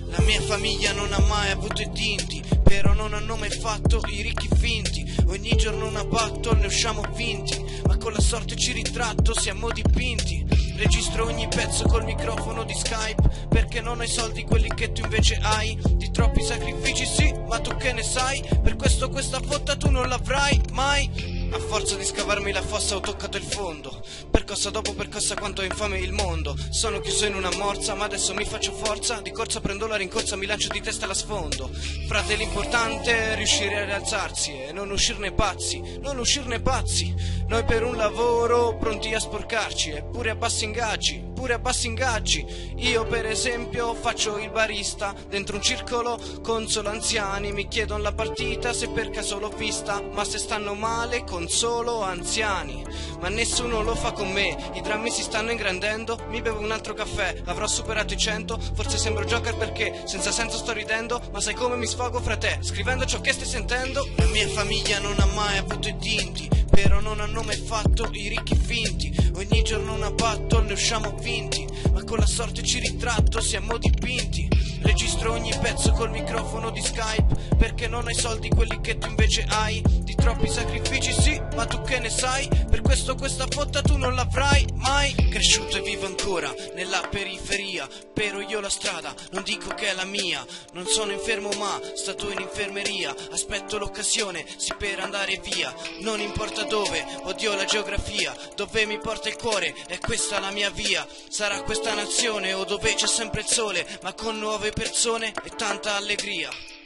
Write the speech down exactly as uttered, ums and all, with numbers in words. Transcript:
La mia famiglia non ha mai avuto i tinti, però non hanno mai fatto i ricchi finti. Ogni giorno una battle, ne usciamo vinti, ma con la sorte ci ritratto, siamo dipinti. Registro ogni pezzo col microfono di Skype, perché non ho i soldi quelli che tu invece hai. Di troppi sacrifici sì, ma tu che ne sai? Per questo questa fotta tu non l'avrai mai. A forza di scavarmi la fossa ho toccato il fondo, percossa dopo percossa quanto è infame il mondo. Sono chiuso in una morsa ma adesso mi faccio forza, di corsa prendo la rincorsa, mi lancio di testa alla sfondo. Frate, l'importante è riuscire a rialzarsi e non uscirne pazzi, non uscirne pazzi. Noi per un lavoro pronti a sporcarci, eppure a bassi ingaggi, pure a bassi ingaggi. Io per esempio faccio il barista dentro un circolo con solo anziani, mi chiedono la partita se per caso l'ho vista, ma se stanno male con solo anziani. Ma nessuno lo fa con me, i drammi si stanno ingrandendo, mi bevo un altro caffè, avrò superato i cento, forse sembro Joker perché senza senso sto ridendo, ma sai come mi sfogo fra te, scrivendo ciò che stai sentendo. La mia famiglia non ha mai avuto i tinti, però non hanno mai fatto i ricchi finti. Ogni giorno una battle, ne usciamo vinti, ma con la sorte ci ritratto, siamo dipinti. Registro ogni pezzo col microfono di Skype, perché non ho i soldi quelli che tu invece hai. Di troppi sacrifici sì, ma tu che ne sai? Per questo questa fotta tu non l'avrai mai. Cresciuto e vivo ancora nella periferia, però io la strada non dico che è la mia. Non sono infermo ma stato in infermeria, aspetto l'occasione sì per andare via. Non importa dove, odio la geografia, dove mi porta il cuore è questa la mia via. Sarà questa nazione o dove c'è sempre il sole, ma con nuove persone e tanta allegria.